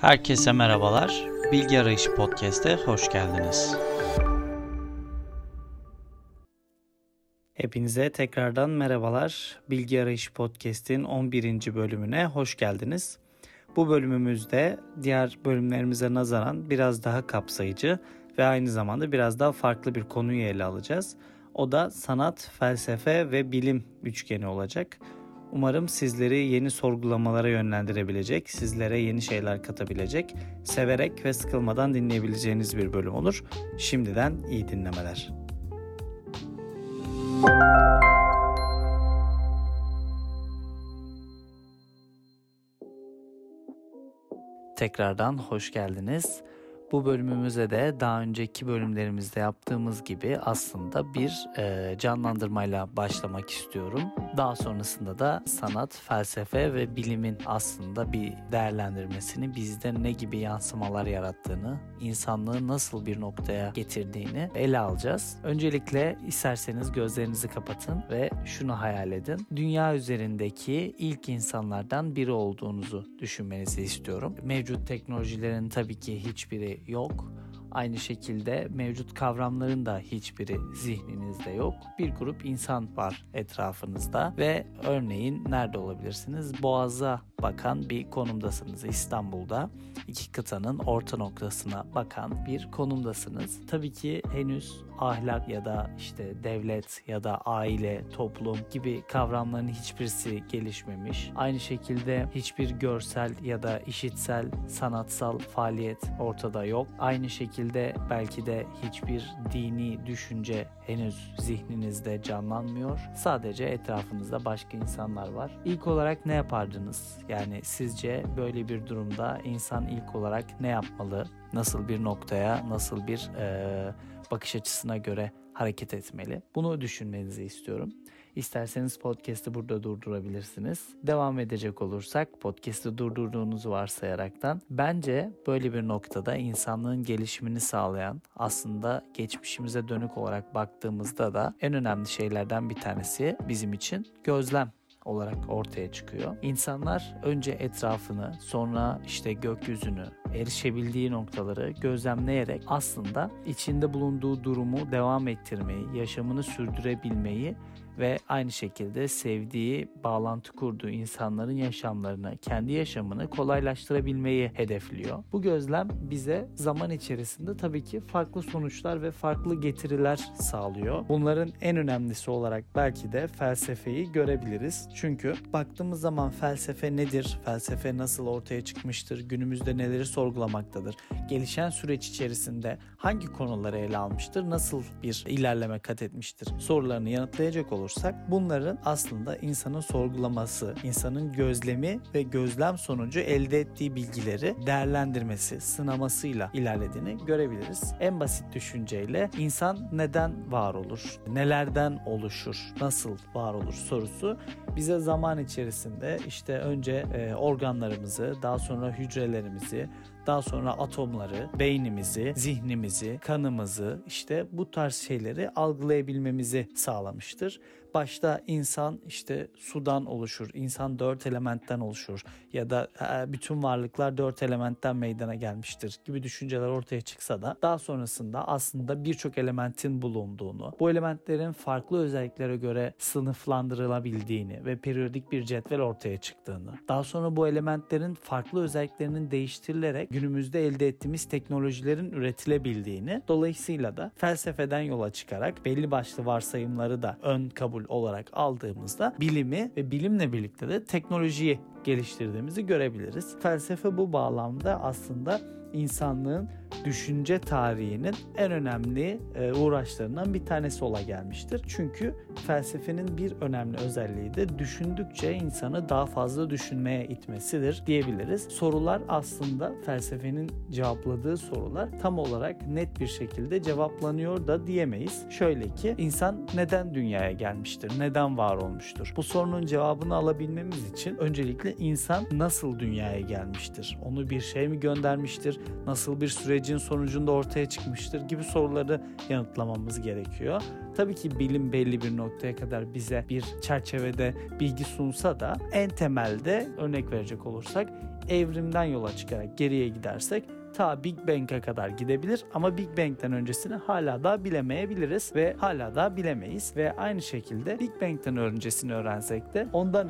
Herkese merhabalar. Bilgi Arayışı Podcast'e hoş geldiniz. Hepinize tekrardan merhabalar. Bilgi Arayışı Podcast'in 11. bölümüne hoş geldiniz. Bu bölümümüzde diğer bölümlerimize nazaran biraz daha kapsayıcı ve aynı zamanda biraz daha farklı bir konuyu ele alacağız. O da sanat, felsefe ve bilim üçgeni olacak. Umarım sizleri yeni sorgulamalara yönlendirebilecek, sizlere yeni şeyler katabilecek, severek ve sıkılmadan dinleyebileceğiniz bir bölüm olur. Şimdiden iyi dinlemeler. Tekrardan hoş geldiniz. Bu bölümümüze de daha önceki bölümlerimizde yaptığımız gibi aslında bir canlandırmayla başlamak istiyorum. Daha sonrasında da sanat, felsefe ve bilimin aslında bir değerlendirmesini, bizde ne gibi yansımalar yarattığını, insanlığı nasıl bir noktaya getirdiğini ele alacağız. Öncelikle isterseniz gözlerinizi kapatın ve şunu hayal edin. Dünya üzerindeki ilk insanlardan biri olduğunuzu düşünmenizi istiyorum. Mevcut teknolojilerin tabii ki hiçbiri yok. Aynı şekilde mevcut kavramların da hiçbiri zihninizde yok. Bir grup insan var etrafınızda ve örneğin nerede olabilirsiniz? Boğaz'a bakan bir konumdasınız. İstanbul'da iki kıtanın orta noktasına bakan bir konumdasınız. Tabii ki henüz ahlak ya da işte devlet ya da aile, toplum gibi kavramların hiçbirisi gelişmemiş. Aynı şekilde hiçbir görsel ya da işitsel, sanatsal faaliyet ortada yok. Aynı şekilde belki de hiçbir dini düşünce henüz zihninizde canlanmıyor. Sadece etrafınızda başka insanlar var. İlk olarak ne yapardınız? Yani sizce böyle bir durumda insan ilk olarak ne yapmalı? Nasıl bir noktaya, nasıl bir bakış açısına göre hareket etmeli? Bunu düşünmenizi istiyorum. İsterseniz podcast'ı burada durdurabilirsiniz. Devam edecek olursak podcast'ı durdurduğunuzu varsayaraktan bence böyle bir noktada insanlığın gelişimini sağlayan, aslında geçmişimize dönük olarak baktığımızda da en önemli şeylerden bir tanesi bizim için gözlem olarak ortaya çıkıyor. İnsanlar önce etrafını, sonra işte gökyüzünü, erişebildiği noktaları gözlemleyerek aslında içinde bulunduğu durumu devam ettirmeyi, yaşamını sürdürebilmeyi ve aynı şekilde sevdiği, bağlantı kurduğu insanların yaşamlarını, kendi yaşamını kolaylaştırabilmeyi hedefliyor. Bu gözlem bize zaman içerisinde tabii ki farklı sonuçlar ve farklı getiriler sağlıyor. Bunların en önemlisi olarak belki de felsefeyi görebiliriz. Çünkü baktığımız zaman felsefe nedir? Felsefe nasıl ortaya çıkmıştır? Günümüzde neleri sorgulamaktadır? Gelişen süreç içerisinde hangi konuları ele almıştır? Nasıl bir ilerleme kat etmiştir? Sorularını yanıtlayacak olursak bunların aslında insanın sorgulaması, insanın gözlemi ve gözlem sonucu elde ettiği bilgileri değerlendirmesi, sınamasıyla ilerlediğini görebiliriz. En basit düşünceyle insan neden var olur? Nelerden oluşur? Nasıl var olur sorusu bize zaman içerisinde işte önce organlarımızı, daha sonra hücrelerimizi, daha sonra atomları, beynimizi, zihnimizi, kanımızı, işte bu tarz şeyleri algılayabilmemizi sağlamıştır. Başta insan işte sudan oluşur, insan 4 elementten oluşur ya da bütün varlıklar 4 elementten meydana gelmiştir gibi düşünceler ortaya çıksa da daha sonrasında aslında birçok elementin bulunduğunu, bu elementlerin farklı özelliklere göre sınıflandırılabildiğini ve periyodik bir cetvel ortaya çıktığını, daha sonra bu elementlerin farklı özelliklerinin değiştirilerek günümüzde elde ettiğimiz teknolojilerin üretilebildiğini, dolayısıyla da felsefeden yola çıkarak belli başlı varsayımları da ön kabul olarak aldığımızda bilimi ve bilimle birlikte de teknolojiyi geliştirdiğimizi görebiliriz. Felsefe bu bağlamda aslında insanlığın düşünce tarihinin en önemli uğraşlarından bir tanesi ola gelmiştir. Çünkü felsefenin bir önemli özelliği de düşündükçe insanı daha fazla düşünmeye itmesidir diyebiliriz. Sorular aslında felsefenin cevapladığı sorular tam olarak net bir şekilde cevaplanıyor da diyemeyiz. Şöyle ki insan neden dünyaya gelmiştir? Neden var olmuştur? Bu sorunun cevabını alabilmemiz için öncelikle insan nasıl dünyaya gelmiştir? Onu bir şey mi göndermiştir? Nasıl bir sürecin sonucunda ortaya çıkmıştır gibi soruları yanıtlamamız gerekiyor. Tabii ki bilim belli bir noktaya kadar bize bir çerçevede bilgi sunsa da en temelde örnek verecek olursak evrimden yola çıkarak geriye gidersek ta Big Bang'e kadar gidebilir ama Big Bang'den öncesini hala daha bilemeyebiliriz ve hala daha bilemeyiz ve aynı şekilde Big Bang'den öncesini öğrensek de ondan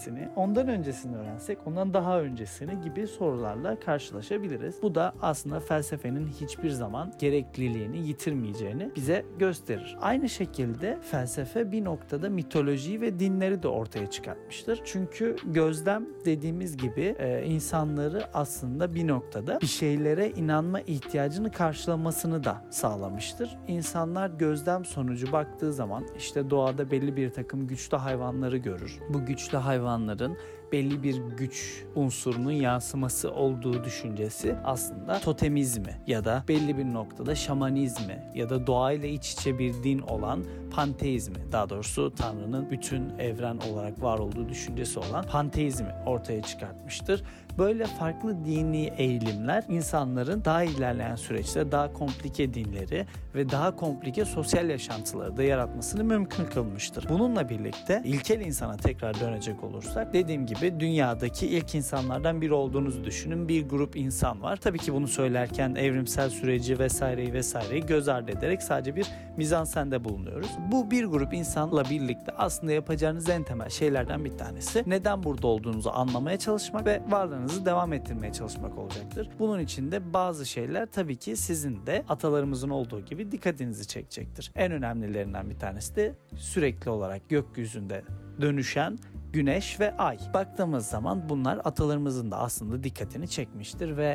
öncesini öğrensek ondan daha öncesini gibi sorularla karşılaşabiliriz. Bu da aslında felsefenin hiçbir zaman gerekliliğini yitirmeyeceğini bize gösterir. Aynı şekilde felsefe bir noktada mitolojiyi ve dinleri de ortaya çıkartmıştır. Çünkü gözlem dediğimiz gibi insanları aslında bir noktada bir şeylere inanma ihtiyacını karşılamasını da sağlamıştır. İnsanlar gözlem sonucu baktığı zaman işte doğada belli bir takım güçlü hayvanları görür. Bu güçlü hayvanların belli bir güç unsurunun yansıması olduğu düşüncesi aslında totemizmi ya da belli bir noktada şamanizmi ya da doğayla iç içe bir din olan panteizmi, daha doğrusu Tanrı'nın bütün evren olarak var olduğu düşüncesi olan panteizmi ortaya çıkartmıştır. Böyle farklı dini eğilimler insanların daha ilerleyen süreçte daha komplike dinleri ve daha komplike sosyal yaşantıları da yaratmasını mümkün kılmıştır. Bununla birlikte ilkel insana tekrar dönecek olursak dediğim gibi dünyadaki ilk insanlardan biri olduğunuzu düşünün. Bir grup insan var. Tabii ki bunu söylerken evrimsel süreci vesaireyi göz ardı ederek sadece bir mizansende bulunuyoruz. Bu bir grup insanla birlikte aslında yapacağınız en temel şeylerden bir tanesi neden burada olduğunuzu anlamaya çalışmak ve varlığınızı devam ettirmeye çalışmak olacaktır. Bunun için de bazı şeyler tabii ki sizin de atalarımızın olduğu gibi dikkatinizi çekecektir. En önemlilerinden bir tanesi de sürekli olarak gökyüzünde dönüşen Güneş ve Ay. Baktığımız zaman bunlar atalarımızın da aslında dikkatini çekmiştir ve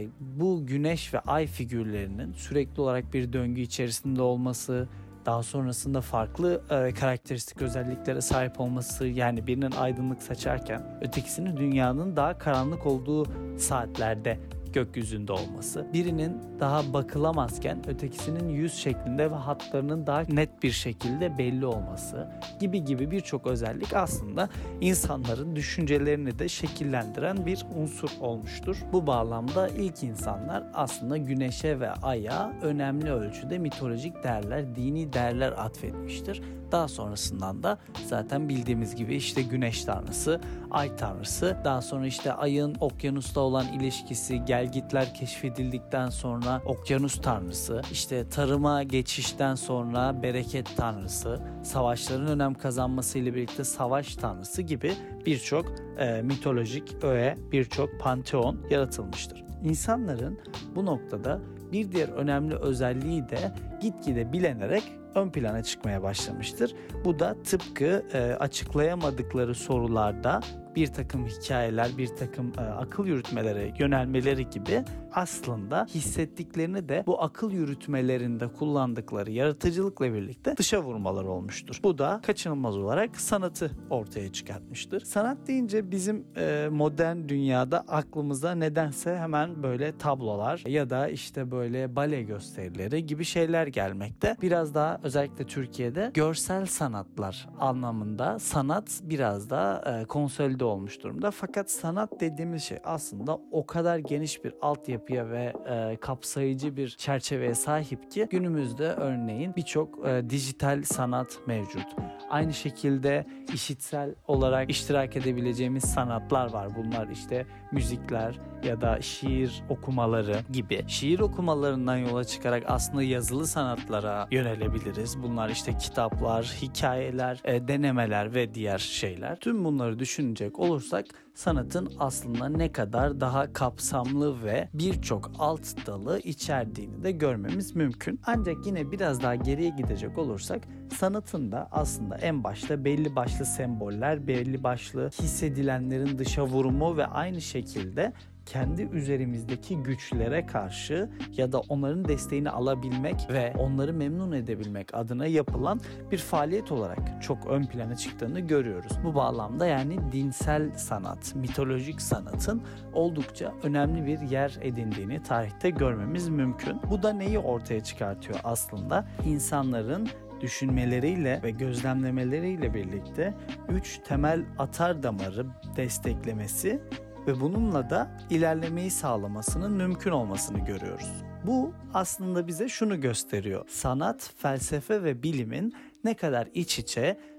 bu Güneş ve Ay figürlerinin sürekli olarak bir döngü içerisinde olması, daha sonrasında farklı karakteristik özelliklere sahip olması, yani birinin aydınlık saçarken ötekisinin dünyanın daha karanlık olduğu saatlerde gökyüzünde olması, birinin daha bakılamazken ötekisinin yüz şeklinde ve hatlarının daha net bir şekilde belli olması gibi birçok özellik aslında insanların düşüncelerini de şekillendiren bir unsur olmuştur. Bu bağlamda ilk insanlar aslında güneşe ve aya önemli ölçüde mitolojik değerler, dini değerler atfetmiştir. Daha sonrasından da zaten bildiğimiz gibi işte güneş tanrısı, ay tanrısı, daha sonra işte ayın okyanusla olan ilişkisi, gelgitler keşfedildikten sonra okyanus tanrısı, işte tarıma geçişten sonra bereket tanrısı, savaşların önem kazanması ile birlikte savaş tanrısı gibi birçok mitolojik öğe, birçok panteon yaratılmıştır. İnsanların bu noktada bir diğer önemli özelliği de gitgide bilenerek ön plana çıkmaya başlamıştır. Bu da tıpkı açıklayamadıkları sorularda bir takım hikayeler, bir takım akıl yürütmelere yönelmeleri gibi aslında hissettiklerini de bu akıl yürütmelerinde kullandıkları yaratıcılıkla birlikte dışa vurmaları olmuştur. Bu da kaçınılmaz olarak sanatı ortaya çıkartmıştır. Sanat deyince bizim modern dünyada aklımıza nedense hemen böyle tablolar ya da işte böyle bale gösterileri gibi şeyler gelmekte. Biraz daha özellikle Türkiye'de görsel sanatlar anlamında sanat biraz daha konsolide olmuş durumda. Fakat sanat dediğimiz şey aslında o kadar geniş bir altyapıya ve kapsayıcı bir çerçeveye sahip ki günümüzde örneğin birçok dijital sanat mevcut. Aynı şekilde işitsel olarak iştirak edebileceğimiz sanatlar var. Bunlar işte müzikler ya da şiir okumaları gibi. Şiir okumalarından yola çıkarak aslında yazılı sanatlara yönelebiliriz. Bunlar işte kitaplar, hikayeler, denemeler ve diğer şeyler. Tüm bunları düşünecek olursak sanatın aslında ne kadar daha kapsamlı ve birçok alt dalı içerdiğini de görmemiz mümkün. Ancak yine biraz daha geriye gidecek olursak sanatın da aslında en başta belli başlı semboller, belli başlı hissedilenlerin dışa vurumu ve aynı şekilde kendi üzerimizdeki güçlere karşı ya da onların desteğini alabilmek ve onları memnun edebilmek adına yapılan bir faaliyet olarak çok ön plana çıktığını görüyoruz. Bu bağlamda yani dinsel sanat, mitolojik sanatın oldukça önemli bir yer edindiğini tarihte görmemiz mümkün. Bu da neyi ortaya çıkartıyor aslında? İnsanların düşünmeleriyle ve gözlemlemeleriyle birlikte 3 temel atar damarı desteklemesi ve bununla da ilerlemeyi sağlamasının mümkün olmasını görüyoruz. Bu aslında bize şunu gösteriyor. Sanat, felsefe ve bilimin ne kadar iç içe,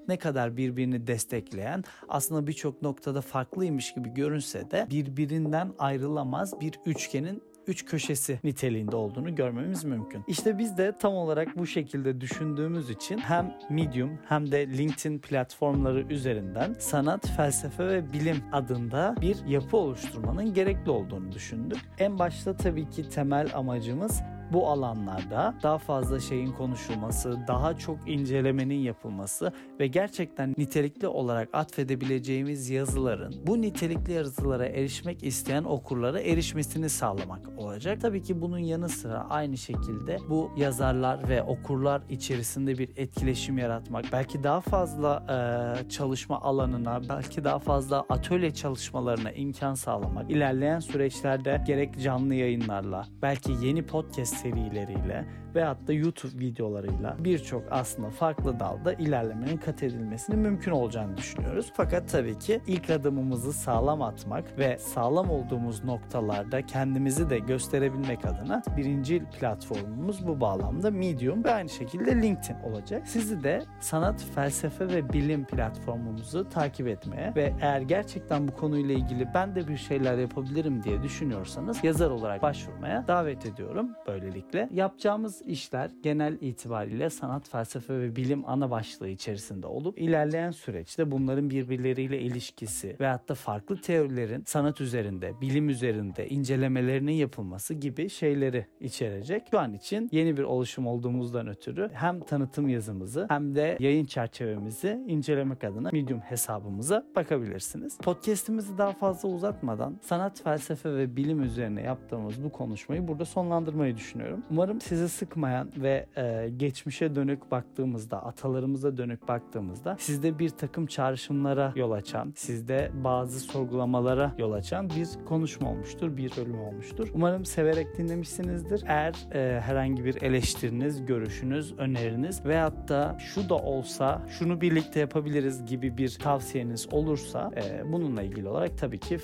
ne kadar birbirini destekleyen, aslında birçok noktada farklıymış gibi görünse de birbirinden ayrılamaz bir üçgenin 3 köşesi niteliğinde olduğunu görmemiz mümkün. İşte biz de tam olarak bu şekilde düşündüğümüz için hem Medium hem de LinkedIn platformları üzerinden sanat, felsefe ve bilim adında bir yapı oluşturmanın gerekli olduğunu düşündük. En başta tabii ki temel amacımız bu alanlarda daha fazla şeyin konuşulması, daha çok incelemenin yapılması ve gerçekten nitelikli olarak atfedebileceğimiz yazıların bu nitelikli yazılara erişmek isteyen okurlara erişmesini sağlamak olacak. Tabii ki bunun yanı sıra aynı şekilde bu yazarlar ve okurlar içerisinde bir etkileşim yaratmak, belki daha fazla çalışma alanına, belki daha fazla atölye çalışmalarına imkan sağlamak, ilerleyen süreçlerde gerek canlı yayınlarla, belki yeni podcast serileriyle veyahut da YouTube videolarıyla birçok aslında farklı dalda ilerlemenin kat edilmesinin mümkün olacağını düşünüyoruz. Fakat tabii ki ilk adımımızı sağlam atmak ve sağlam olduğumuz noktalarda kendimizi de gösterebilmek adına birinci platformumuz bu bağlamda Medium ve aynı şekilde LinkedIn olacak. Sizi de sanat, felsefe ve bilim platformumuzu takip etmeye ve eğer gerçekten bu konuyla ilgili ben de bir şeyler yapabilirim diye düşünüyorsanız yazar olarak başvurmaya davet ediyorum. Böylelikle yapacağımız işler genel itibariyle sanat, felsefe ve bilim ana başlığı içerisinde olup ilerleyen süreçte bunların birbirleriyle ilişkisi veyahut da farklı teorilerin sanat üzerinde, bilim üzerinde incelemelerinin yapılması gibi şeyleri içerecek. Şu an için yeni bir oluşum olduğumuzdan ötürü hem tanıtım yazımızı hem de yayın çerçevemizi incelemek adına Medium hesabımıza bakabilirsiniz. Podcast'imizi daha fazla uzatmadan sanat, felsefe ve bilim üzerine yaptığımız bu konuşmayı burada sonlandırmayı düşünüyorum. Umarım sizi sıkmayan ve geçmişe dönük baktığımızda, atalarımıza dönük baktığımızda sizde bir takım çağrışımlara yol açan, sizde bazı sorgulamalara yol açan bir konuşma olmuştur, bir bölüm olmuştur. Umarım severek dinlemişsinizdir. Eğer herhangi bir eleştiriniz, görüşünüz, öneriniz veyahut da şu da olsa, şunu birlikte yapabiliriz gibi bir tavsiyeniz olursa bununla ilgili olarak tabii ki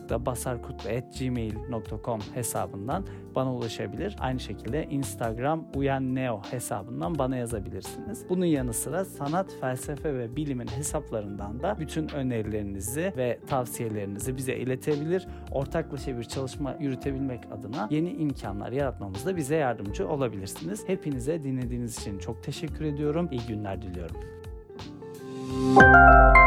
f.basarkutlu@gmail.com hesabından bana ulaşabilir. Aynı şekilde Instagram uyanneo hesabından bana yazabilirsiniz. Bunun yanı sıra sanat, felsefe ve bilimin hesaplarından da bütün önerilerinizi ve tavsiyelerinizi bize iletebilir. Ortaklaşa bir çalışma yürütebilmek adına yeni imkanlar yaratmamızda bize yardımcı olabilirsiniz. Hepinize dinlediğiniz için çok teşekkür ediyorum. İyi günler diliyorum.